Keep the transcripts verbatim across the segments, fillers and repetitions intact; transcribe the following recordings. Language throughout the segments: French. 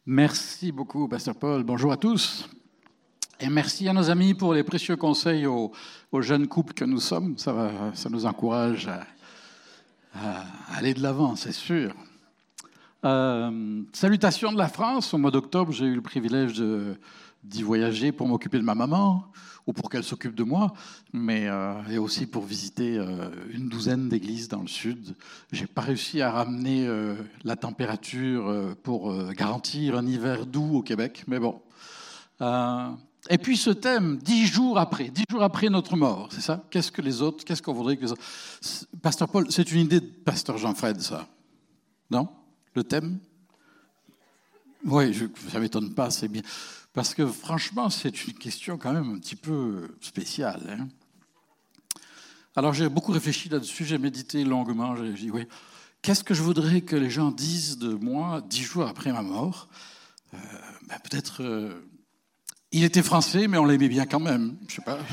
Merci beaucoup, Pasteur Paul. Bonjour à tous. Et merci à nos amis pour les précieux conseils aux, aux jeunes couples que nous sommes. Ça, va, ça nous encourage à, à aller de l'avant, c'est sûr. Euh, salutations de la France. Au mois d'octobre, j'ai eu le privilège de, d'y voyager pour m'occuper de ma maman ou pour qu'elle s'occupe de moi, mais euh, et aussi pour visiter euh, une douzaine d'églises dans le sud. J'ai pas réussi à ramener euh, la température euh, pour euh, garantir un hiver doux au Québec, mais bon. Euh, et puis ce thème, dix jours après, dix jours après notre mort, c'est ça? Qu'est-ce que les autres, qu'est-ce qu'on voudrait que les autres... Pasteur Paul, c'est une idée de Pasteur Jean-Fred, ça? Non? Le thème? Oui, je, ça ne m'étonne pas, c'est bien. Parce que franchement, c'est une question quand même un petit peu spéciale. Hein. Alors j'ai beaucoup réfléchi là-dessus, j'ai médité longuement, j'ai dit, oui, qu'est-ce que je voudrais que les gens disent de moi dix jours après ma mort? euh, ben, Peut-être, euh, il était français, mais on l'aimait bien quand même. Je ne sais pas. Je,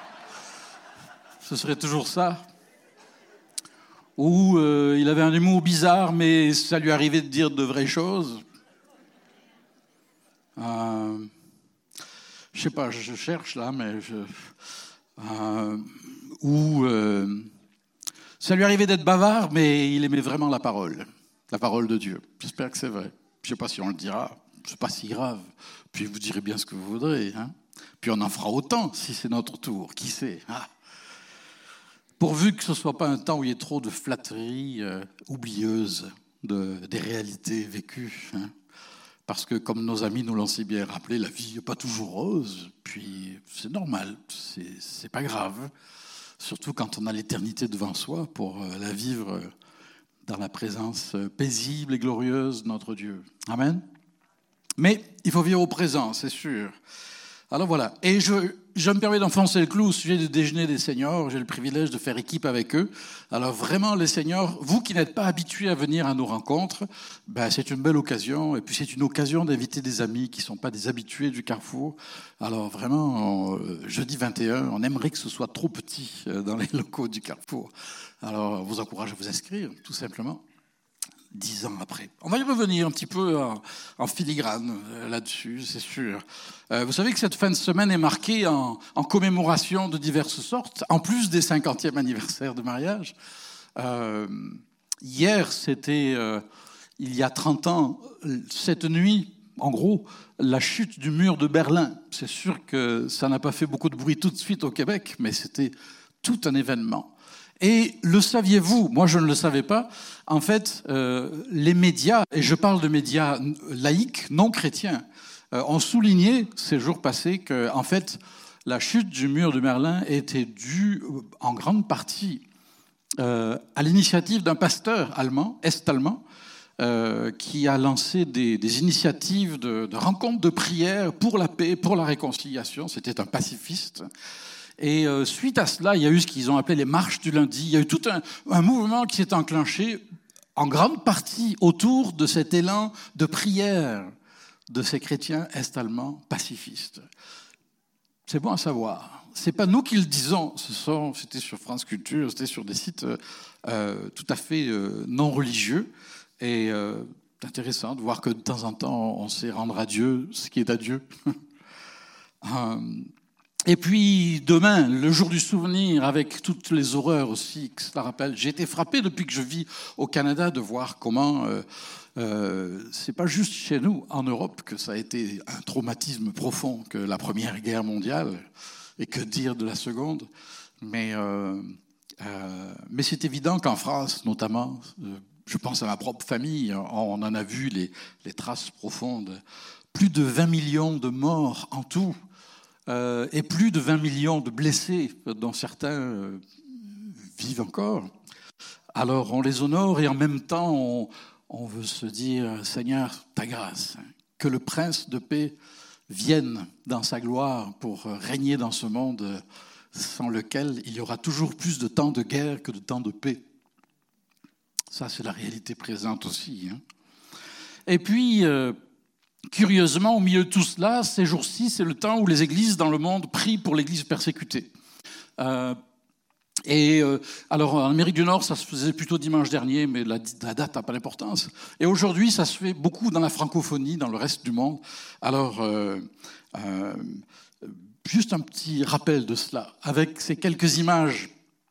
ce serait toujours ça. Ou euh, il avait un humour bizarre, mais ça lui arrivait de dire de vraies choses. Euh, je sais pas, je cherche là, mais je, euh, ou euh, ça lui arrivait d'être bavard, mais il aimait vraiment la parole, la parole de Dieu. J'espère que c'est vrai. Je sais pas si on le dira, c'est pas si grave. Puis vous direz bien ce que vous voudrez, hein. Puis on en fera autant si c'est notre tour. Qui sait, hein. Pourvu que ce soit pas un temps où il y ait trop de flatteries euh, oublieuses de, des réalités vécues, hein. Parce que, comme nos amis nous l'ont si bien rappelé, la vie n'est pas toujours rose, puis c'est normal, c'est, c'est pas grave. Surtout quand on a l'éternité devant soi pour la vivre dans la présence paisible et glorieuse de notre Dieu. Amen. Mais il faut vivre au présent, c'est sûr. Alors voilà, et je, je me permets d'enfoncer le clou au sujet du déjeuner des seniors. J'ai le privilège de faire équipe avec eux. Alors vraiment, les seniors, vous qui n'êtes pas habitués à venir à nos rencontres, ben, c'est une belle occasion. Et puis c'est une occasion d'inviter des amis qui ne sont pas des habitués du Carrefour. Alors vraiment, on, jeudi vingt et un, on aimerait que ce soit trop petit dans les locaux du Carrefour. Alors on vous encourage à vous inscrire, tout simplement. Dix ans après. On va y revenir un petit peu en, en filigrane euh, là-dessus, c'est sûr. Euh, vous savez que cette fin de semaine est marquée en, en commémoration de diverses sortes, en plus des cinquantième anniversaire de mariage. Euh, hier, c'était, euh, il y a trente ans, cette nuit, en gros, la chute du mur de Berlin. C'est sûr que ça n'a pas fait beaucoup de bruit tout de suite au Québec, mais c'était tout un événement. Et le saviez-vous? Moi, je ne le savais pas. En fait, euh, les médias, et je parle de médias laïques, non chrétiens, euh, ont souligné ces jours passés que, en fait, la chute du mur de Berlin était due en grande partie euh, à l'initiative d'un pasteur allemand, est-allemand, euh, qui a lancé des, des initiatives de, de rencontres de prière pour la paix, pour la réconciliation. C'était un pacifiste. Et euh, suite à cela, il y a eu ce qu'ils ont appelé les marches du lundi. Il y a eu tout un, un mouvement qui s'est enclenché en grande partie autour de cet élan de prière de ces chrétiens est-allemands pacifistes. C'est bon à savoir. C'est pas nous qui le disons. Ce sont, c'était sur France Culture, c'était sur des sites euh, tout à fait euh, non religieux. Et euh, c'est intéressant de voir que de temps en temps, on sait rendre à Dieu ce qui est à Dieu. euh, Et puis demain, le jour du souvenir, avec toutes les horreurs aussi que cela rappelle. J'ai été frappé depuis que je vis au Canada de voir comment euh, euh, c'est pas juste chez nous, en Europe, que ça a été un traumatisme profond que la Première Guerre mondiale, et que dire de la Seconde. Mais, euh, euh, mais c'est évident qu'en France, notamment, euh, je pense à ma propre famille, on en a vu les, les traces profondes. Plus de vingt millions de morts en tout. Euh, et plus de vingt millions de blessés, dont certains euh, vivent encore. Alors on les honore et en même temps on, on veut se dire, Seigneur, ta grâce, que le prince de paix vienne dans sa gloire pour régner dans ce monde sans lequel il y aura toujours plus de temps de guerre que de temps de paix. Ça, c'est la réalité présente aussi. Hein. Et puis... Euh, Curieusement, au milieu de tout cela, ces jours-ci, c'est le temps où les églises dans le monde prient pour l'église persécutée. Euh, Et euh, alors, en Amérique du Nord, ça se faisait plutôt dimanche dernier, mais la, la date n'a pas d'importance. Et aujourd'hui, ça se fait beaucoup dans la francophonie, dans le reste du monde. Alors, euh, euh, juste un petit rappel de cela, avec ces quelques images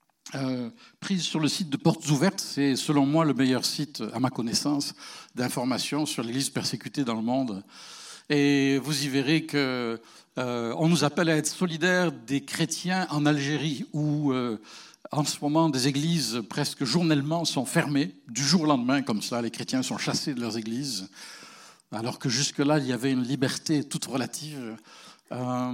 euh, prises sur le site de Portes Ouvertes. C'est, selon moi, le meilleur site, à ma connaissance, d'information sur l'Église persécutée dans le monde. Et vous y verrez que euh, on nous appelle à être solidaires des chrétiens en Algérie, où euh, en ce moment des églises presque journellement sont fermées, du jour au lendemain, comme ça, les chrétiens sont chassés de leurs églises, alors que jusque-là, il y avait une liberté toute relative. Euh,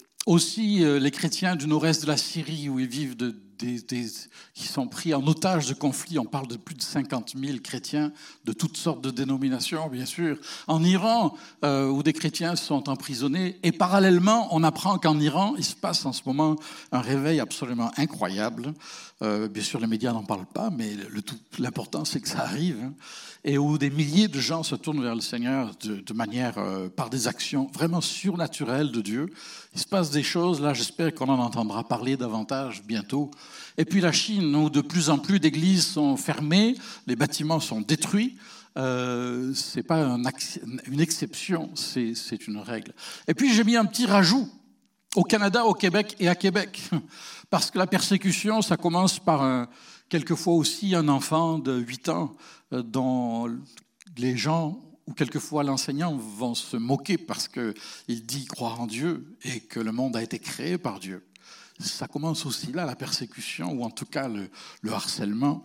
aussi, euh, les chrétiens du nord-est de la Syrie, où ils vivent de Des, des, qui sont pris en otage de conflits. On parle de plus de cinquante mille chrétiens de toutes sortes de dénominations, bien sûr. En Iran, euh, où des chrétiens sont emprisonnés. Et parallèlement, on apprend qu'en Iran, il se passe en ce moment un réveil absolument incroyable. Euh, bien sûr, les médias n'en parlent pas, mais le tout, l'important, c'est que ça arrive. Hein. Et où des milliers de gens se tournent vers le Seigneur de, de manière, euh, par des actions vraiment surnaturelles de Dieu. Il se passe des choses, là, j'espère qu'on en entendra parler davantage bientôt. Et puis la Chine, où de plus en plus d'églises sont fermées, les bâtiments sont détruits. Euh, c'est pas un, une exception, c'est, c'est une règle. Et puis j'ai mis un petit rajout au Canada, au Québec et à Québec, parce que la persécution, ça commence par un, quelquefois aussi un enfant de huit ans euh, dont les gens ou quelquefois l'enseignant vont se moquer parce qu'il dit croire en Dieu et que le monde a été créé par Dieu. Ça commence aussi là, la persécution, ou en tout cas le, le harcèlement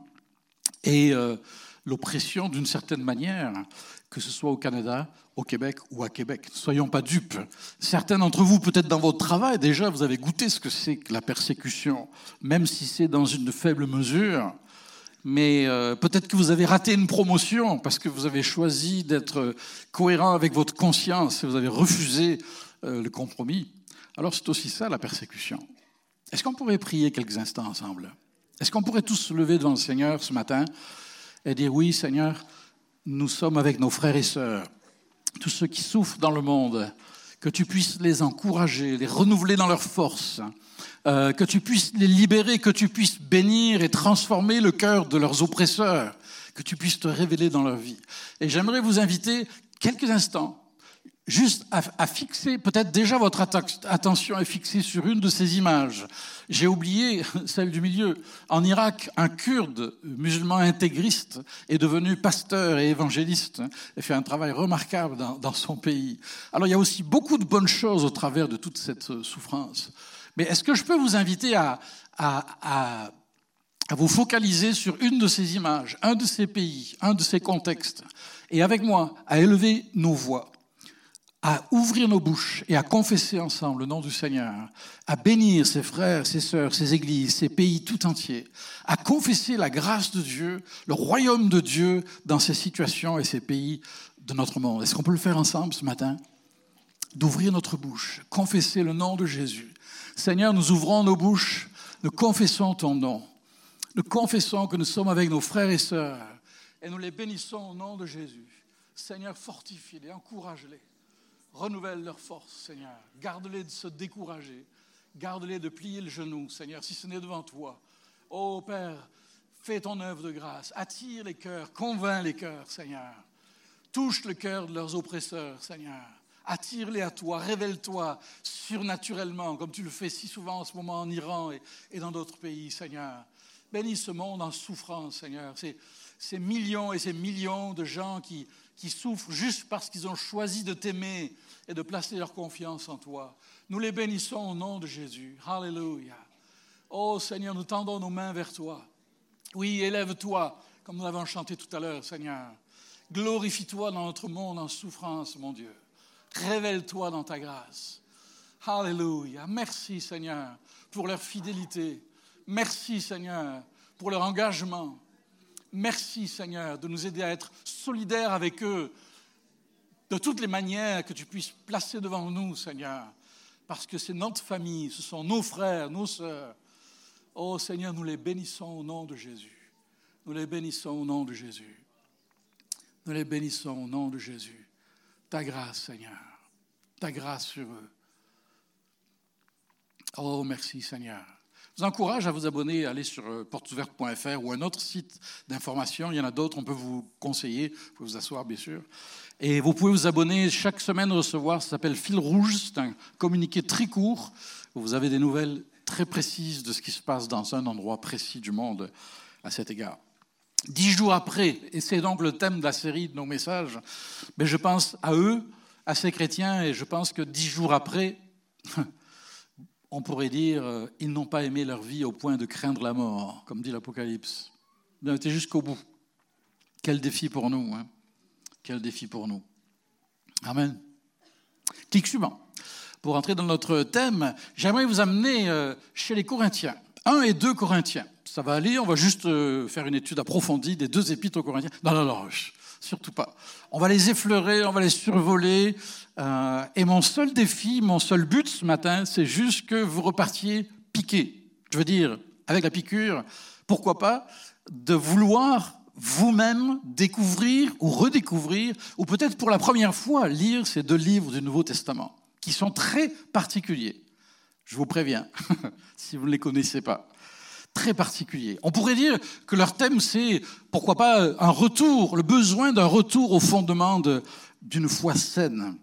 et euh, l'oppression d'une certaine manière, que ce soit au Canada, au Québec ou à Québec. Ne soyons pas dupes. Certains d'entre vous, peut-être dans votre travail, déjà, vous avez goûté ce que c'est que la persécution, même si c'est dans une faible mesure. Mais euh, peut-être que vous avez raté une promotion parce que vous avez choisi d'être cohérent avec votre conscience et vous avez refusé euh, le compromis. Alors c'est aussi ça la persécution. Est-ce qu'on pourrait prier quelques instants ensemble? Est-ce qu'on pourrait tous se lever devant le Seigneur ce matin et dire oui, Seigneur, nous sommes avec nos frères et sœurs, tous ceux qui souffrent dans le monde, que tu puisses les encourager, les renouveler dans leur force, Euh, que tu puisses les libérer, que tu puisses bénir et transformer le cœur de leurs oppresseurs, que tu puisses te révéler dans leur vie. Et j'aimerais vous inviter quelques instants juste à, à fixer, peut-être déjà votre atta- attention est fixée sur une de ces images. J'ai oublié celle du milieu. En Irak, un Kurde musulman intégriste est devenu pasteur et évangéliste et fait un travail remarquable dans, dans son pays. Alors il y a aussi beaucoup de bonnes choses au travers de toute cette souffrance. Mais est-ce que je peux vous inviter à, à, à, à vous focaliser sur une de ces images, un de ces pays, un de ces contextes, et avec moi, à élever nos voix, à ouvrir nos bouches et à confesser ensemble le nom du Seigneur, à bénir ses frères, ses sœurs, ses églises, ses pays tout entiers, à confesser la grâce de Dieu, le royaume de Dieu dans ces situations et ces pays de notre monde. Est-ce qu'on peut le faire ensemble ce matin? D'ouvrir notre bouche, confesser le nom de Jésus. Seigneur, nous ouvrons nos bouches, nous confessons ton nom. Nous confessons que nous sommes avec nos frères et sœurs et nous les bénissons au nom de Jésus. Seigneur, fortifie-les, encourage-les, renouvelle leur force, Seigneur. Garde-les de se décourager, garde-les de plier le genou, Seigneur, si ce n'est devant toi. Ô Père, fais ton œuvre de grâce, attire les cœurs, convainc les cœurs, Seigneur. Touche le cœur de leurs oppresseurs, Seigneur. Attire-les à toi, révèle-toi surnaturellement, comme tu le fais si souvent en ce moment en Iran et, et dans d'autres pays, Seigneur. Bénis ce monde en souffrance, Seigneur. Ces, ces millions et ces millions de gens qui, qui souffrent juste parce qu'ils ont choisi de t'aimer et de placer leur confiance en toi. Nous les bénissons au nom de Jésus. Alléluia. Oh Seigneur, nous tendons nos mains vers toi. Oui, élève-toi, comme nous l'avons chanté tout à l'heure, Seigneur. Glorifie-toi dans notre monde en souffrance, mon Dieu. Révèle-toi dans ta grâce. Alléluia. Merci, Seigneur, pour leur fidélité. Merci, Seigneur, pour leur engagement. Merci, Seigneur, de nous aider à être solidaires avec eux de toutes les manières que tu puisses placer devant nous, Seigneur, parce que c'est notre famille, ce sont nos frères, nos sœurs. Oh, Seigneur, nous les bénissons au nom de Jésus. Nous les bénissons au nom de Jésus. Nous les bénissons au nom de Jésus. Ta grâce, Seigneur, ta grâce sur eux. Oh, merci, Seigneur. Je vous encourage à vous abonner, à aller sur portes ouvertes point f r ou un autre site d'information. Il y en a d'autres, on peut vous conseiller. Vous pouvez vous asseoir, bien sûr. Et vous pouvez vous abonner chaque semaine, recevoir, ça s'appelle Fil Rouge. C'est un communiqué très court où vous avez des nouvelles très précises de ce qui se passe dans un endroit précis du monde à cet égard. Dix jours après, et c'est donc le thème de la série de nos messages, mais je pense à eux, à ces chrétiens, et je pense que dix jours après, on pourrait dire, euh, ils n'ont pas aimé leur vie au point de craindre la mort, comme dit l'Apocalypse. Ils ont été jusqu'au bout. Quel défi pour nous, hein? Quel défi pour nous. Amen. Clic suivant. Pour entrer dans notre thème, j'aimerais vous amener euh, chez les Corinthiens. un et deux Corinthiens. Ça va aller, on va juste euh, faire une étude approfondie des deux épîtres aux Corinthiens. Non, non, non, surtout pas. On va les effleurer, on va les survoler. Euh, et mon seul défi, mon seul but ce matin, c'est juste que vous repartiez piqués. Je veux dire, avec la piqûre, pourquoi pas, de vouloir vous-même découvrir ou redécouvrir, ou peut-être pour la première fois lire ces deux livres du Nouveau Testament, qui sont très particuliers. Je vous préviens, si vous ne les connaissez pas. Très particuliers. On pourrait dire que leur thème, c'est, pourquoi pas, un retour, le besoin d'un retour au fondement de, d'une foi saine.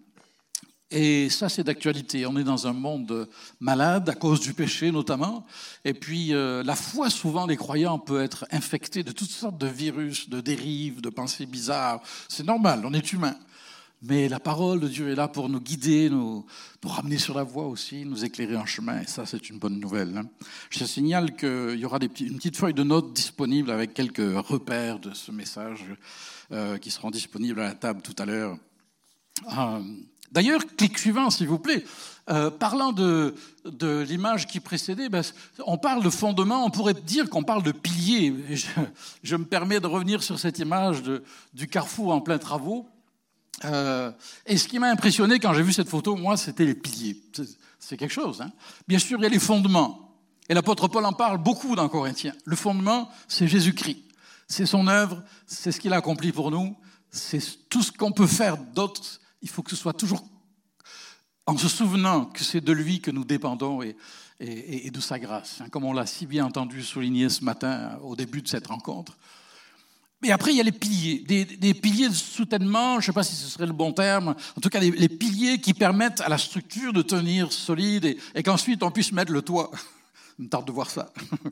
Et ça, c'est d'actualité. On est dans un monde malade, à cause du péché notamment. Et puis, euh, la foi, souvent, des croyants peut être infectée de toutes sortes de virus, de dérives, de pensées bizarres. C'est normal, on est humain. Mais la parole de Dieu est là pour nous guider, nous, nous ramener sur la voie aussi, nous éclairer en chemin. Et ça, c'est une bonne nouvelle. Hein. Je te signale qu'il y aura des petits, une petite feuille de notes disponible avec quelques repères de ce message euh, qui seront disponibles à la table tout à l'heure. Euh, D'ailleurs, clic suivant, s'il vous plaît. Euh, parlant de, de l'image qui précédait, ben, on parle de fondement, on pourrait dire qu'on parle de piliers. Je, je me permets de revenir sur cette image de, du carrefour en plein travaux. Euh, et ce qui m'a impressionné quand j'ai vu cette photo, moi, c'était les piliers. C'est, c'est quelque chose. Hein. Bien sûr, il y a les fondements. Et l'apôtre Paul en parle beaucoup dans Corinthiens. Le fondement, c'est Jésus-Christ. C'est son œuvre, c'est ce qu'il a accompli pour nous. C'est tout ce qu'on peut faire d'autre. Il faut que ce soit toujours en se souvenant que c'est de lui que nous dépendons et, et, et de sa grâce, hein, comme on l'a si bien entendu souligner ce matin au début de cette rencontre. Mais après, il y a les piliers, des, des piliers de soutènement, je ne sais pas si ce serait le bon terme, en tout cas les, les piliers qui permettent à la structure de tenir solide et, et qu'ensuite on puisse mettre le toit. Il me tarde de voir ça.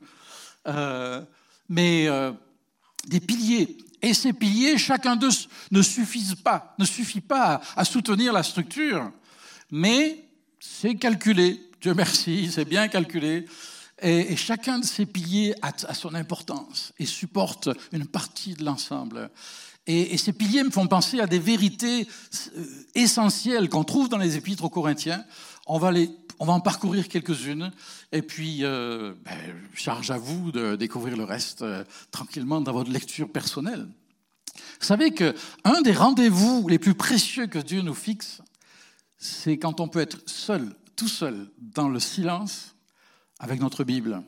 euh, mais euh, des piliers. Et ces piliers, chacun d'eux ne suffisent pas, ne suffit pas à, à soutenir la structure, mais c'est calculé. Dieu merci, c'est bien calculé. Et, et chacun de ces piliers a, a son importance et supporte une partie de l'ensemble. Et, et ces piliers me font penser à des vérités essentielles qu'on trouve dans les épîtres aux Corinthiens. On va, les, on va en parcourir quelques-unes, et puis euh, ben, charge à vous de découvrir le reste euh, tranquillement dans votre lecture personnelle. Vous savez qu'un des rendez-vous les plus précieux que Dieu nous fixe, c'est quand on peut être seul, tout seul, dans le silence, avec notre Bible,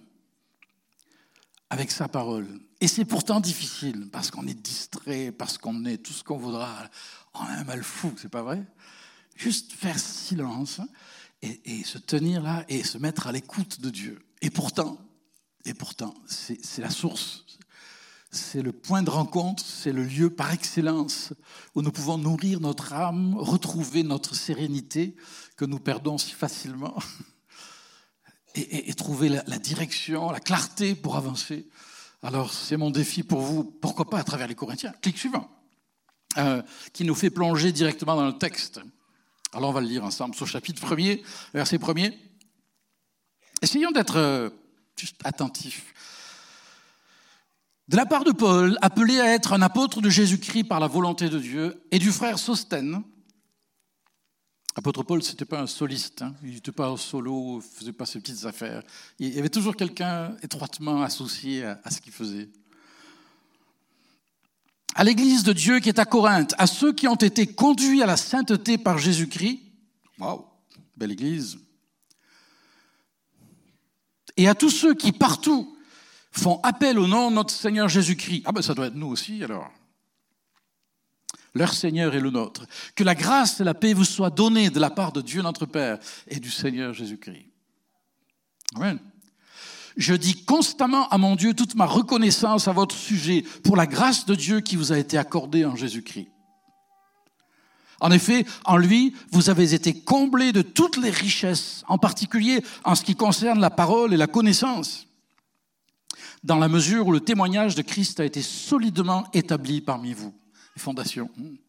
avec sa parole. Et c'est pourtant difficile, parce qu'on est distrait, parce qu'on est tout ce qu'on voudra. On a un mal fou, c'est pas vrai? Juste faire silence et, et se tenir là et se mettre à l'écoute de Dieu. Et pourtant, et pourtant, c'est, c'est la source, c'est le point de rencontre, c'est le lieu par excellence où nous pouvons nourrir notre âme, retrouver notre sérénité que nous perdons si facilement. Et, et, et trouver la, la direction, la clarté pour avancer. Alors, c'est mon défi pour vous, pourquoi pas à travers les Corinthiens. Clic suivant, euh, qui nous fait plonger directement dans le texte. Alors, on va le lire ensemble, sur le chapitre premier, verset premier. Essayons d'être euh, juste attentifs. De la part de Paul, appelé à être un apôtre de Jésus-Christ par la volonté de Dieu, et du frère Sosthène. L'apôtre Paul, ce n'était pas un soliste, hein. Il n'était pas un solo, il ne faisait pas ses petites affaires. Il y avait toujours quelqu'un étroitement associé à, à ce qu'il faisait. À l'église de Dieu qui est à Corinthe, à ceux qui ont été conduits à la sainteté par Jésus-Christ, waouh, belle église, et à tous ceux qui partout font appel au nom de notre Seigneur Jésus-Christ. Ah ben ça doit être nous aussi alors. Leur Seigneur est le nôtre. Que la grâce et la paix vous soient données de la part de Dieu notre Père et du Seigneur Jésus-Christ. Amen. Je dis constamment à mon Dieu toute ma reconnaissance à votre sujet pour la grâce de Dieu qui vous a été accordée en Jésus-Christ. En effet, en lui, vous avez été comblés de toutes les richesses, en particulier en ce qui concerne la parole et la connaissance, dans la mesure où le témoignage de Christ a été solidement établi parmi vous. Les fondations.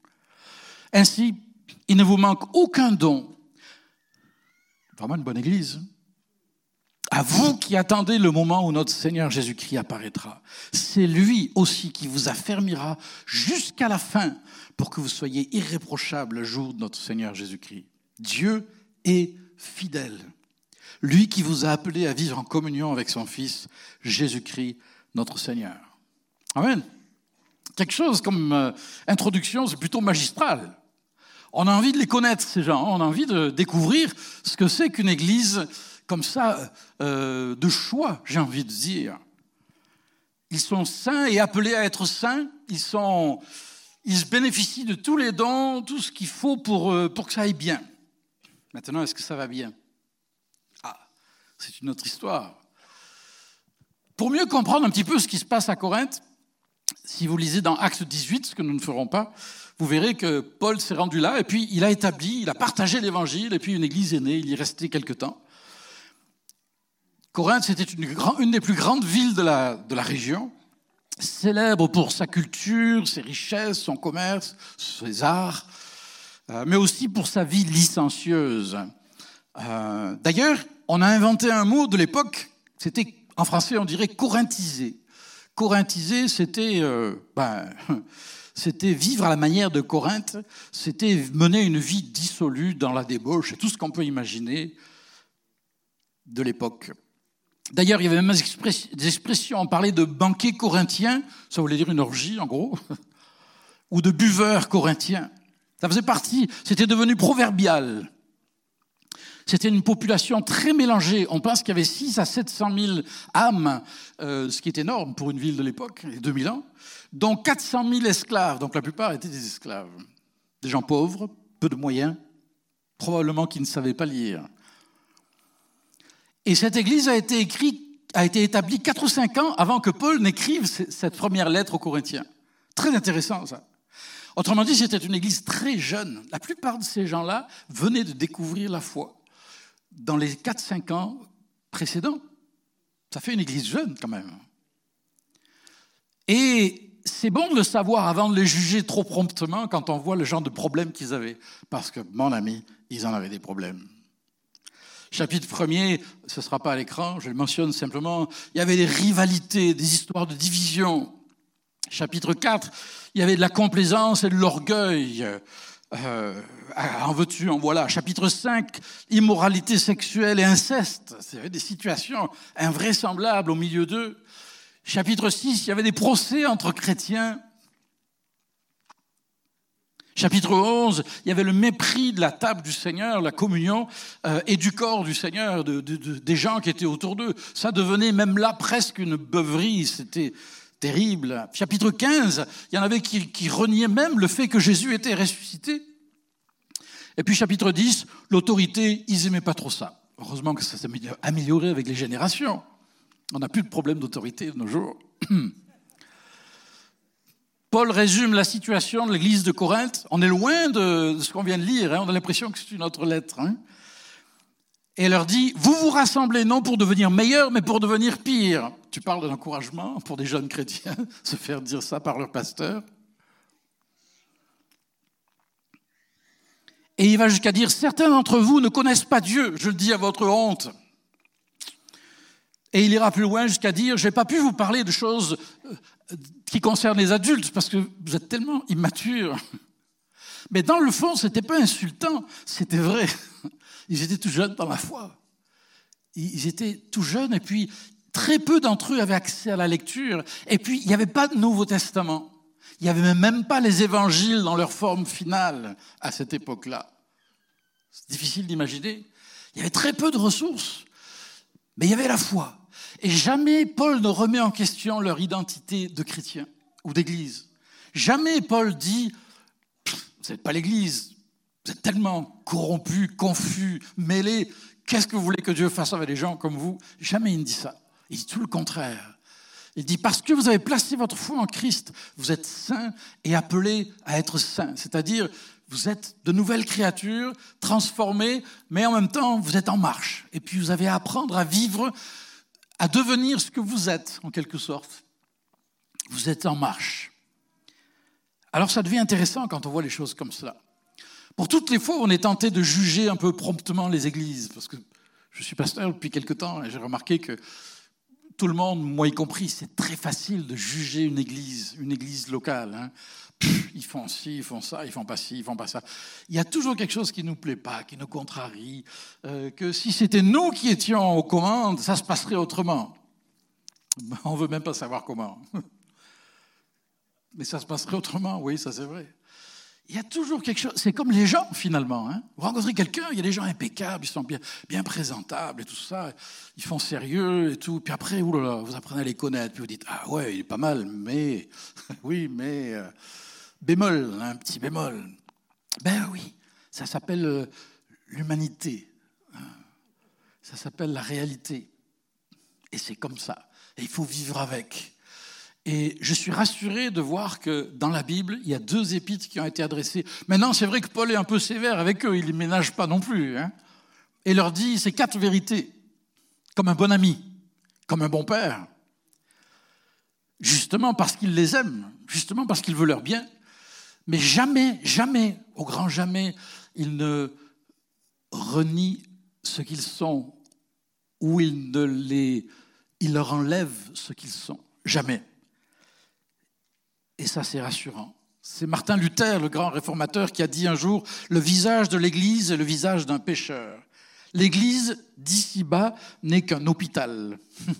Ainsi, il ne vous manque aucun don. Vraiment une bonne église. À vous qui attendez le moment où notre Seigneur Jésus-Christ apparaîtra. C'est lui aussi qui vous affermira jusqu'à la fin pour que vous soyez irréprochables le jour de notre Seigneur Jésus-Christ. Dieu est fidèle. Lui qui vous a appelé à vivre en communion avec son Fils, Jésus-Christ, notre Seigneur. Amen. Quelque chose comme euh, introduction, c'est plutôt magistral. On a envie de les connaître, ces gens. On a envie de découvrir ce que c'est qu'une église comme ça, euh, de choix, j'ai envie de dire. Ils sont saints et appelés à être saints. Ils sont, ils bénéficient de tous les dons, tout ce qu'il faut pour, euh, pour que ça aille bien. Maintenant, est-ce que ça va bien? Ah, c'est une autre histoire. Pour mieux comprendre un petit peu ce qui se passe à Corinthe, si vous lisez dans Actes dix-huit, ce que nous ne ferons pas, vous verrez que Paul s'est rendu là et puis il a établi, il a partagé l'évangile et puis une église est née, il y est resté quelque temps. Corinthe, c'était une, une des plus grandes villes de la, de la région, célèbre pour sa culture, ses richesses, son commerce, ses arts, euh, mais aussi pour sa vie licencieuse. Euh, d'ailleurs, on a inventé un mot de l'époque, c'était, en français, on dirait corinthiser. Corinthiser, c'était, euh, ben, c'était vivre à la manière de Corinthe, c'était mener une vie dissolue dans la débauche, tout ce qu'on peut imaginer de l'époque. D'ailleurs, il y avait même des expressions, on parlait de banquet corinthien, ça voulait dire une orgie en gros, ou de buveur corinthien. Ça faisait partie, c'était devenu proverbial. C'était une population très mélangée. On pense qu'il y avait six à sept cent mille âmes, euh, ce qui est énorme pour une ville de l'époque, il y a deux mille ans, dont quatre cent mille esclaves, donc la plupart étaient des esclaves. Des gens pauvres, peu de moyens, probablement qui ne savaient pas lire. Et cette église a été écrite, a été établie quatre ou cinq ans avant que Paul n'écrive cette première lettre aux Corinthiens. Très intéressant, ça. Autrement dit, c'était une église très jeune. La plupart de ces gens-là venaient de découvrir la foi dans les quatre à cinq ans précédents. Ça fait une église jeune, quand même. Et c'est bon de le savoir avant de les juger trop promptement quand on voit le genre de problèmes qu'ils avaient. Parce que, mon ami, ils en avaient des problèmes. Chapitre premier, ce ne sera pas à l'écran, je le mentionne simplement, il y avait des rivalités, des histoires de division. Chapitre quatre, il y avait de la complaisance et de l'orgueil. Euh, en veux-tu, en voilà. Chapitre cinq, immoralité sexuelle et inceste. Il y avait des situations invraisemblables au milieu d'eux. Chapitre six, il y avait des procès entre chrétiens. Chapitre onze, il y avait le mépris de la table du Seigneur, la communion, euh, et du corps du Seigneur, de, de, de, des gens qui étaient autour d'eux. Ça devenait même là presque une beuverie, c'était terrible. Chapitre quinze, il y en avait qui, qui reniaient même le fait que Jésus était ressuscité. Et puis chapitre dix, l'autorité, ils n'aimaient pas trop ça. Heureusement que ça s'est amélioré avec les générations. On n'a plus de problème d'autorité de nos jours. Paul résume la situation de l'église de Corinthe. On est loin de ce qu'on vient de lire, hein. On a l'impression que c'est une autre lettre. Hein. Et il leur dit, vous vous rassemblez non pour devenir meilleurs, mais pour devenir pires. Tu parles de l'encouragement pour des jeunes chrétiens, se faire dire ça par leur pasteur. Et il va jusqu'à dire, certains d'entre vous ne connaissent pas Dieu, je le dis à votre honte. Et il ira plus loin jusqu'à dire, je n'ai pas pu vous parler de choses qui concernent les adultes, parce que vous êtes tellement immatures. Mais dans le fond, ce n'était pas insultant, c'était vrai. Ils étaient tout jeunes dans la foi. Ils étaient tout jeunes, et puis très peu d'entre eux avaient accès à la lecture. Et puis, il n'y avait pas de Nouveau Testament. Il n'y avait même pas les évangiles dans leur forme finale à cette époque-là. C'est difficile d'imaginer. Il y avait très peu de ressources, mais il y avait la foi. Et jamais Paul ne remet en question leur identité de chrétiens ou d'église. Jamais Paul dit « Vous n'êtes pas l'église, vous êtes tellement corrompus, confus, mêlés, qu'est-ce que vous voulez que Dieu fasse avec des gens comme vous ?» Jamais il ne dit ça. Il dit tout le contraire. Il dit, parce que vous avez placé votre foi en Christ, vous êtes saints et appelés à être saints. C'est-à-dire, vous êtes de nouvelles créatures, transformées, mais en même temps, vous êtes en marche. Et puis, vous avez à apprendre à vivre, à devenir ce que vous êtes, en quelque sorte. Vous êtes en marche. Alors, ça devient intéressant quand on voit les choses comme cela. Pour toutes les fois où on est tenté de juger un peu promptement les églises, parce que je suis pasteur depuis quelque temps et j'ai remarqué que tout le monde, moi y compris, c'est très facile de juger une église, une église locale. Hein. Pff, ils font ci, ils font ça, ils font pas ci, ils font pas ça. Il y a toujours quelque chose qui nous plaît pas, qui nous contrarie, euh, que si c'était nous qui étions aux commandes, ça se passerait autrement. On veut même pas savoir comment. Mais ça se passerait autrement, oui, ça c'est vrai. Il y a toujours quelque chose, c'est comme les gens finalement. Hein. Vous rencontrez quelqu'un, il y a des gens impeccables, ils sont bien, bien présentables et tout ça, ils font sérieux et tout. Puis après, oulala, vous apprenez à les connaître, puis vous dites, ah ouais, il est pas mal, mais, oui, mais, euh, bémol, hein, un petit bémol. Ben oui, ça s'appelle euh, l'humanité, hein. Ça s'appelle la réalité. Et c'est comme ça. Et il faut vivre avec. Et je suis rassuré de voir que dans la Bible, il y a deux épîtres qui ont été adressées. Maintenant, c'est vrai que Paul est un peu sévère avec eux, il ne les ménage pas non plus. Hein, et leur dit ces quatre vérités, comme un bon ami, comme un bon père, justement parce qu'il les aime, justement parce qu'il veut leur bien. Mais jamais, jamais, au grand jamais, il ne renie ce qu'ils sont ou il, ne les, il leur enlève ce qu'ils sont. Jamais. Et ça, c'est rassurant. C'est Martin Luther, le grand réformateur, qui a dit un jour « Le visage de l'Église est le visage d'un pécheur. L'Église, d'ici-bas, n'est qu'un hôpital. »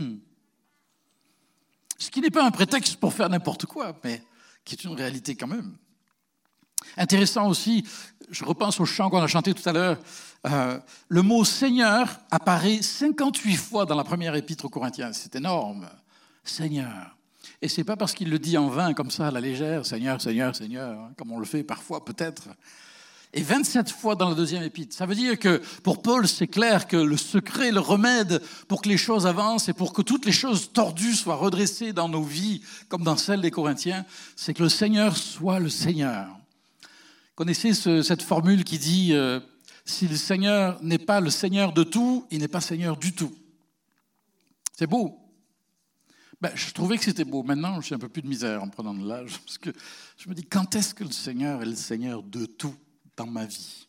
Ce qui n'est pas un prétexte pour faire n'importe quoi, mais qui est une réalité quand même. Intéressant aussi, je repense au chant qu'on a chanté tout à l'heure, euh, le mot « Seigneur » apparaît cinquante-huit fois dans la première épître aux Corinthiens. C'est énorme. Seigneur. Et ce n'est pas parce qu'il le dit en vain, comme ça, à la légère, Seigneur, Seigneur, Seigneur, hein, comme on le fait parfois, peut-être. Et vingt-sept fois dans la deuxième épître. Ça veut dire que pour Paul, c'est clair que le secret, le remède pour que les choses avancent et pour que toutes les choses tordues soient redressées dans nos vies, comme dans celles des Corinthiens, c'est que le Seigneur soit le Seigneur. Connaissez ce, cette formule qui dit euh, « Si le Seigneur n'est pas le Seigneur de tout, il n'est pas Seigneur du tout ». C'est beau. Ben, je trouvais que c'était beau. Maintenant, j'ai un peu plus de misère en prenant de l'âge, parce que je me dis, quand est-ce que le Seigneur est le Seigneur de tout dans ma vie?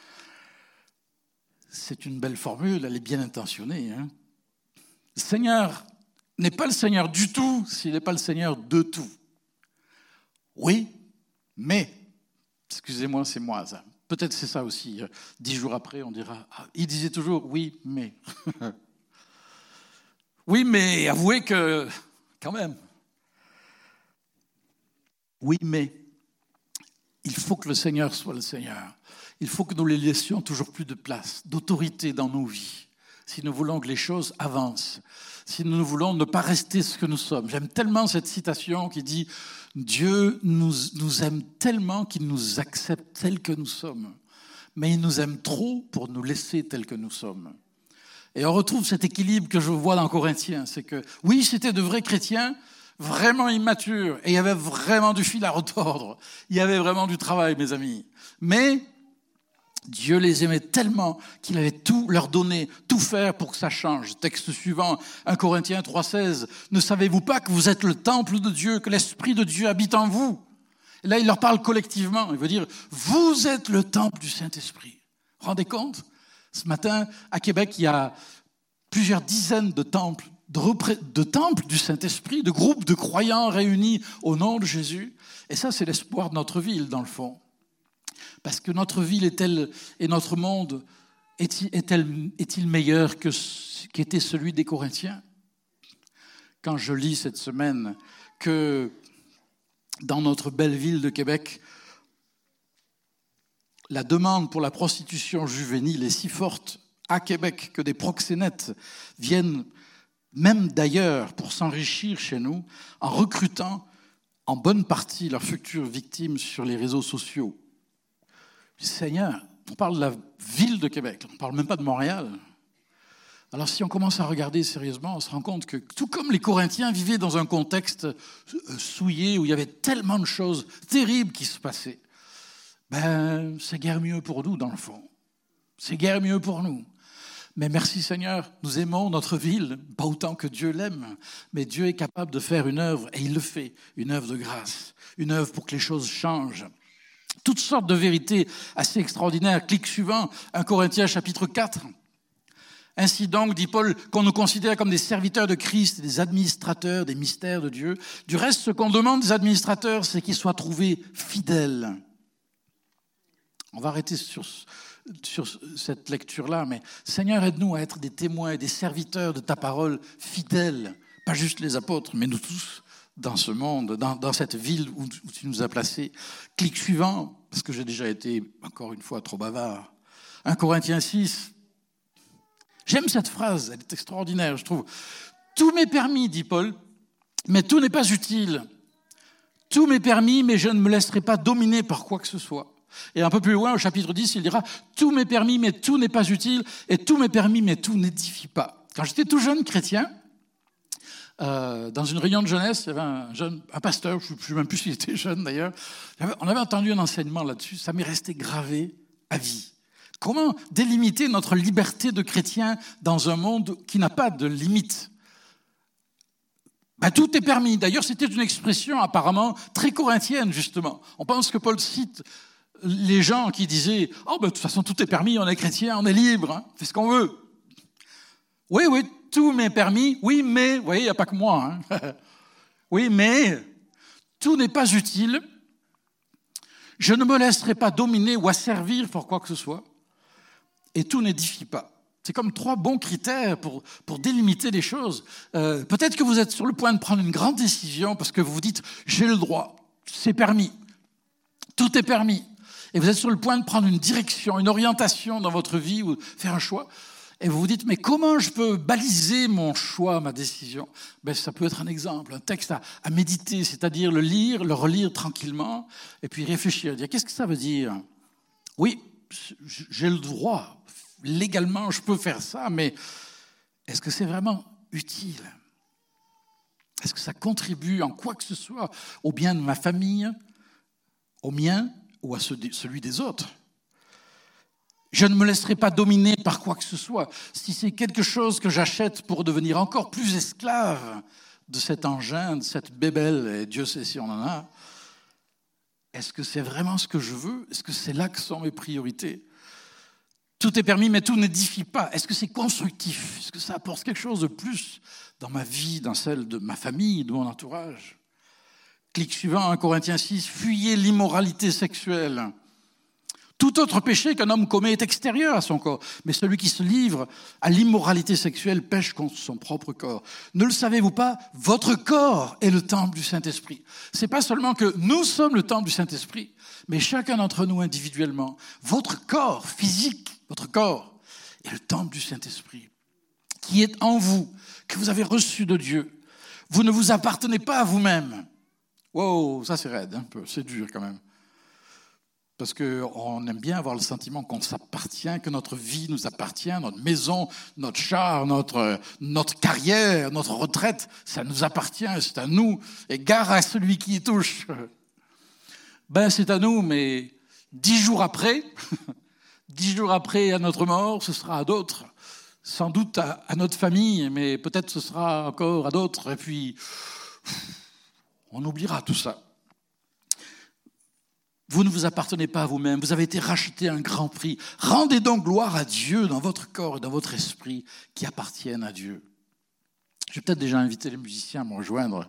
C'est une belle formule, elle est bien intentionnée. Hein? Le Seigneur n'est pas le Seigneur du tout s'il n'est pas le Seigneur de tout. Oui, mais, excusez-moi, c'est moi ça. Peut-être c'est ça aussi. Dix jours après, on dira, ah, il disait toujours, oui, mais... Oui, mais avouez que, quand même, oui, mais il faut que le Seigneur soit le Seigneur. Il faut que nous lui laissions toujours plus de place, d'autorité dans nos vies, si nous voulons que les choses avancent, si nous voulons ne pas rester ce que nous sommes. J'aime tellement cette citation qui dit « Dieu nous, nous aime tellement qu'il nous accepte tels que nous sommes, mais il nous aime trop pour nous laisser tels que nous sommes. » Et on retrouve cet équilibre que je vois dans Corinthiens. C'est que, oui, c'était de vrais chrétiens, vraiment immatures, et il y avait vraiment du fil à retordre. Il y avait vraiment du travail, mes amis. Mais Dieu les aimait tellement qu'il allait tout leur donner, tout faire pour que ça change. Texte suivant, un Corinthiens trois seize. « Ne savez-vous pas que vous êtes le temple de Dieu, que l'Esprit de Dieu habite en vous ?» Et là, il leur parle collectivement. Il veut dire, vous êtes le temple du Saint-Esprit. Vous vous rendez compte ? Ce matin, à Québec, il y a plusieurs dizaines de temples, de, repré- de temples du Saint-Esprit, de groupes de croyants réunis au nom de Jésus. Et ça, c'est l'espoir de notre ville, dans le fond. Parce que notre ville est-elle, et notre monde est-il, est-elle, est-il meilleur que ce qu'était celui des Corinthiens? Quand je lis cette semaine que dans notre belle ville de Québec, la demande pour la prostitution juvénile est si forte à Québec que des proxénètes viennent même d'ailleurs pour s'enrichir chez nous en recrutant en bonne partie leurs futures victimes sur les réseaux sociaux. Seigneur, on parle de la ville de Québec, on ne parle même pas de Montréal. Alors si on commence à regarder sérieusement, on se rend compte que tout comme les Corinthiens vivaient dans un contexte souillé où il y avait tellement de choses terribles qui se passaient, ben c'est guère mieux pour nous dans le fond. C'est guère mieux pour nous. Mais merci Seigneur, nous aimons notre ville, pas autant que Dieu l'aime, mais Dieu est capable de faire une œuvre, et il le fait, une œuvre de grâce, une œuvre pour que les choses changent. Toutes sortes de vérités assez extraordinaires. Clic suivant, un Corinthiens chapitre quatre. Ainsi donc, dit Paul, qu'on nous considère comme des serviteurs de Christ, des administrateurs des mystères de Dieu. Du reste, ce qu'on demande des administrateurs, c'est qu'ils soient trouvés fidèles. On va arrêter sur, sur cette lecture-là, mais Seigneur, aide-nous à être des témoins et des serviteurs de ta parole fidèles, pas juste les apôtres, mais nous tous dans ce monde, dans, dans cette ville où, où tu nous as placés. Clic suivant, parce que j'ai déjà été, encore une fois, trop bavard. un Corinthiens six. J'aime cette phrase, elle est extraordinaire, je trouve. Tout m'est permis, dit Paul, mais tout n'est pas utile. Tout m'est permis, mais je ne me laisserai pas dominer par quoi que ce soit. Et un peu plus loin, au chapitre dix, il dira « Tout m'est permis, mais tout n'est pas utile, et tout m'est permis, mais tout n'édifie pas. » Quand j'étais tout jeune chrétien, euh, dans une réunion de jeunesse, il y avait un, jeune, un pasteur, je ne sais même plus s'il était jeune d'ailleurs, on avait entendu un enseignement là-dessus, ça m'est resté gravé à vie. Comment délimiter notre liberté de chrétien dans un monde qui n'a pas de limite ? Ben, tout est permis. D'ailleurs, c'était une expression apparemment très corinthienne, justement. On pense que Paul cite les gens qui disaient « Oh, ben, de toute façon, tout est permis, on est chrétien, on est libre, hein, on fait ce qu'on veut. » Oui, oui, tout m'est permis. Oui, mais, vous voyez, il n'y a pas que moi. Hein. Oui, mais, tout n'est pas utile. Je ne me laisserai pas dominer ou asservir pour quoi que ce soit. Et tout n'édifie pas. C'est comme trois bons critères pour, pour délimiter les choses. Euh, peut-être que vous êtes sur le point de prendre une grande décision parce que vous vous dites « j'ai le droit, c'est permis, tout est permis ». Et vous êtes sur le point de prendre une direction, une orientation dans votre vie ou faire un choix. Et vous vous dites « mais comment je peux baliser mon choix, ma décision ?» Ben, ça peut être un exemple, un texte à, à méditer, c'est-à-dire le lire, le relire tranquillement et puis réfléchir, dire « qu'est-ce que ça veut dire ?» Oui, j'ai le droit. Légalement, je peux faire ça, mais est-ce que c'est vraiment utile ? Est-ce que ça contribue en quoi que ce soit au bien de ma famille, au mien ou à celui des autres ? Je ne me laisserai pas dominer par quoi que ce soit. Si c'est quelque chose que j'achète pour devenir encore plus esclave de cet engin, de cette bébelle, et Dieu sait si on en a, est-ce que c'est vraiment ce que je veux ? Est-ce que c'est là que sont mes priorités ? Tout est permis, mais tout n'édifie pas. Est-ce que c'est constructif ? Est-ce que ça apporte quelque chose de plus dans ma vie, dans celle de ma famille, de mon entourage ? Clic suivant, un Corinthiens six, fuyez l'immoralité sexuelle. Tout autre péché qu'un homme commet est extérieur à son corps, mais celui qui se livre à l'immoralité sexuelle pêche contre son propre corps. Ne le savez-vous pas ? Votre corps est le temple du Saint-Esprit. C'est pas seulement que nous sommes le temple du Saint-Esprit, mais chacun d'entre nous individuellement. Votre corps physique, votre corps est le temple du Saint-Esprit, qui est en vous, que vous avez reçu de Dieu. Vous ne vous appartenez pas à vous-même. Wow, ça c'est raide un peu, c'est dur quand même. Parce qu'on aime bien avoir le sentiment qu'on s'appartient, que notre vie nous appartient, notre maison, notre char, notre, notre carrière, notre retraite, ça nous appartient, c'est à nous. Et gare à celui qui y touche. Ben c'est à nous, mais dix jours après, dix jours après à notre mort, ce sera à d'autres. Sans doute à, à notre famille, mais peut-être ce sera encore à d'autres. Et puis, on oubliera tout ça. Vous ne vous appartenez pas à vous-même, vous avez été racheté à un grand prix. Rendez donc gloire à Dieu dans votre corps et dans votre esprit qui appartiennent à Dieu. Je vais peut-être déjà inviter les musiciens à me rejoindre.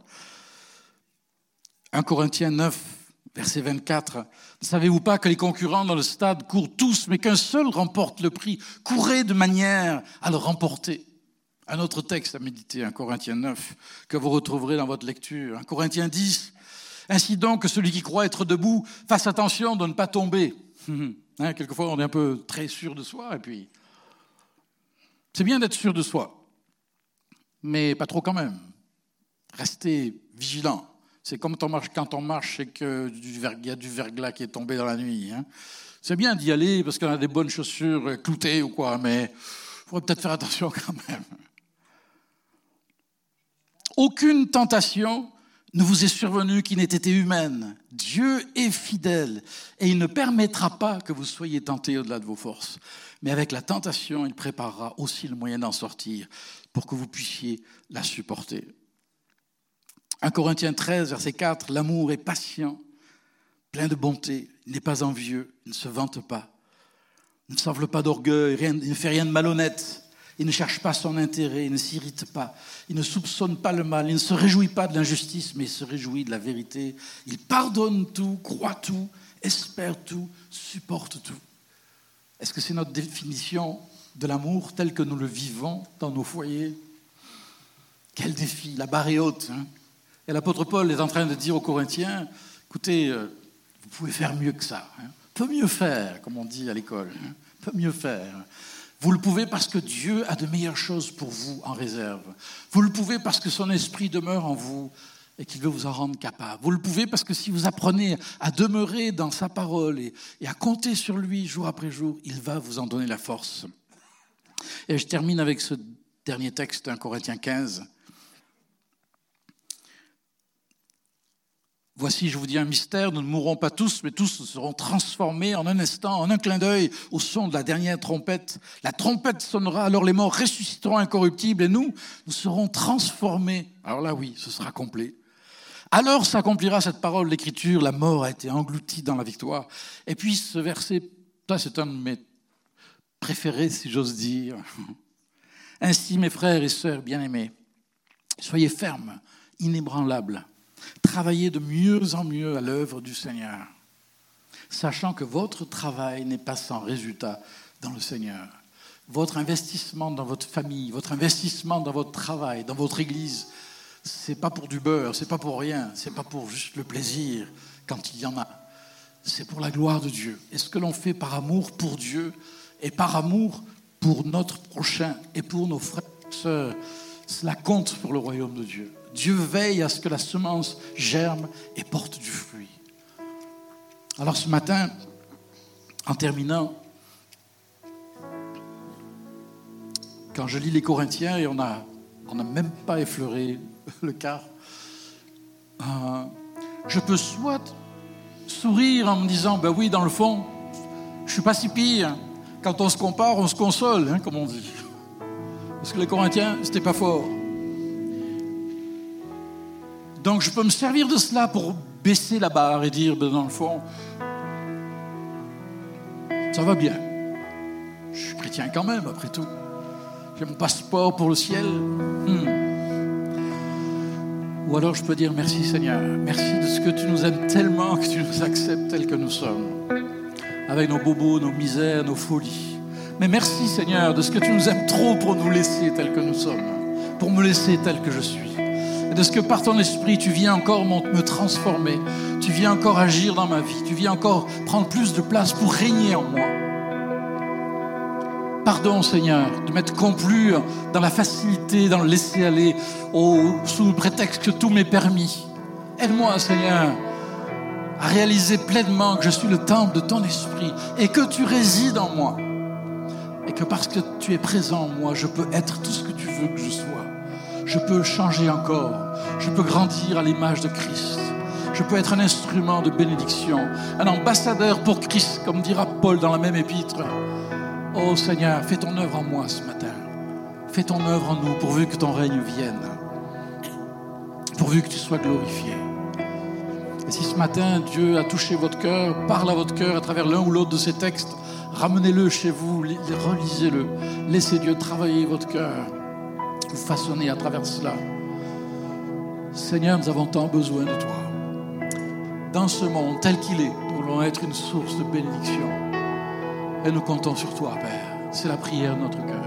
un Corinthiens neuf, verset vingt-quatre. Ne savez-vous pas que les concurrents dans le stade courent tous, mais qu'un seul remporte le prix ? Courez de manière à le remporter. Un autre texte à méditer, un Corinthiens neuf, que vous retrouverez dans votre lecture. un Corinthiens dix. Ainsi donc, que celui qui croit être debout fasse attention de ne pas tomber. Hein, quelquefois, on est un peu très sûr de soi, et puis c'est bien d'être sûr de soi, mais pas trop quand même. Restez vigilant. C'est comme quand on marche, quand on marche et qu'il y a du verglas qui est tombé dans la nuit. Hein. C'est bien d'y aller parce qu'on a des bonnes chaussures cloutées ou quoi, mais pourrais peut-être faire attention quand même. Aucune tentation ne vous est survenue qui n'ait été humaine. Dieu est fidèle et il ne permettra pas que vous soyez tentés au-delà de vos forces. Mais avec la tentation, il préparera aussi le moyen d'en sortir pour que vous puissiez la supporter. un Corinthiens treize, verset quatre, « L'amour est patient, plein de bonté, il n'est pas envieux, il ne se vante pas, il ne s'enfle pas d'orgueil, rien, il ne fait rien de malhonnête. Il ne cherche pas son intérêt, il ne s'irrite pas, il ne soupçonne pas le mal, il ne se réjouit pas de l'injustice, mais il se réjouit de la vérité. Il pardonne tout, croit tout, espère tout, supporte tout. » Est-ce que c'est notre définition de l'amour tel que nous le vivons dans nos foyers? Quel défi, la barre est haute. Hein? Et l'apôtre Paul est en train de dire aux Corinthiens, écoutez, euh, vous pouvez faire mieux que ça. Hein? Peut mieux faire, comme on dit à l'école, hein? Peut mieux faire. Vous le pouvez parce que Dieu a de meilleures choses pour vous en réserve. Vous le pouvez parce que son esprit demeure en vous et qu'il veut vous en rendre capable. Vous le pouvez parce que si vous apprenez à demeurer dans sa parole et, et à compter sur lui jour après jour, il va vous en donner la force. Et je termine avec ce dernier texte, un Corinthiens quinze. Voici, je vous dis un mystère, nous ne mourrons pas tous, mais tous seront transformés en un instant, en un clin d'œil, au son de la dernière trompette. La trompette sonnera, alors les morts ressusciteront incorruptibles, et nous, nous serons transformés. Alors là, oui, ce sera complet. Alors s'accomplira cette parole de l'Écriture, la mort a été engloutie dans la victoire. Et puis ce verset, ça c'est un de mes préférés, si j'ose dire. Ainsi, mes frères et sœurs bien-aimés, soyez fermes, inébranlables. Travaillez de mieux en mieux à l'œuvre du Seigneur, sachant que votre travail n'est pas sans résultat dans le Seigneur. Votre investissement dans votre famille, votre investissement dans votre travail, dans votre église, c'est pas pour du beurre, c'est pas pour rien, c'est pas pour juste le plaisir quand il y en a. C'est pour la gloire de Dieu. Et ce que l'on fait par amour pour Dieu et par amour pour notre prochain et pour nos frères et sœurs, cela compte pour le royaume de Dieu. Dieu veille à ce que la semence germe et porte du fruit. Alors ce matin, en terminant, quand je lis les Corinthiens, et on n'a on n'a même pas effleuré le quart, euh, je peux soit sourire en me disant, ben oui, dans le fond, je ne suis pas si pire. Quand on se compare, on se console, hein, comme on dit. Parce que les Corinthiens, c'était pas fort. Donc je peux me servir de cela pour baisser la barre et dire, ben, dans le fond, ça va bien. Je suis chrétien quand même, après tout. J'ai mon passeport pour le ciel. Hmm. Ou alors je peux dire, merci Seigneur, merci de ce que tu nous aimes tellement que tu nous acceptes tels que nous sommes, avec nos bobos, nos misères, nos folies. Mais merci Seigneur de ce que tu nous aimes trop pour nous laisser tels que nous sommes, pour me laisser tel que je suis. Et de ce que par ton esprit, tu viens encore me transformer, tu viens encore agir dans ma vie, tu viens encore prendre plus de place pour régner en moi. Pardon Seigneur de m'être complu dans la facilité, dans le laisser-aller, au, sous le prétexte que tout m'est permis. Aide-moi Seigneur à réaliser pleinement que je suis le temple de ton esprit et que tu résides en moi. Et que parce que tu es présent en moi, je peux être tout ce que tu veux que je sois. Je peux changer encore. Je peux grandir à l'image de Christ. Je peux être un instrument de bénédiction, un ambassadeur pour Christ, comme dira Paul dans la même épître. Oh Seigneur, fais ton œuvre en moi ce matin. Fais ton œuvre en nous, pourvu que ton règne vienne. Pourvu que tu sois glorifié. Et si ce matin, Dieu a touché votre cœur, parle à votre cœur à travers l'un ou l'autre de ces textes, ramenez-le chez vous, relisez-le. Laissez Dieu travailler votre cœur, vous façonner à travers cela. Seigneur, nous avons tant besoin de toi. Dans ce monde tel qu'il est, nous voulons être une source de bénédiction. Et nous comptons sur toi, Père. C'est la prière de notre cœur.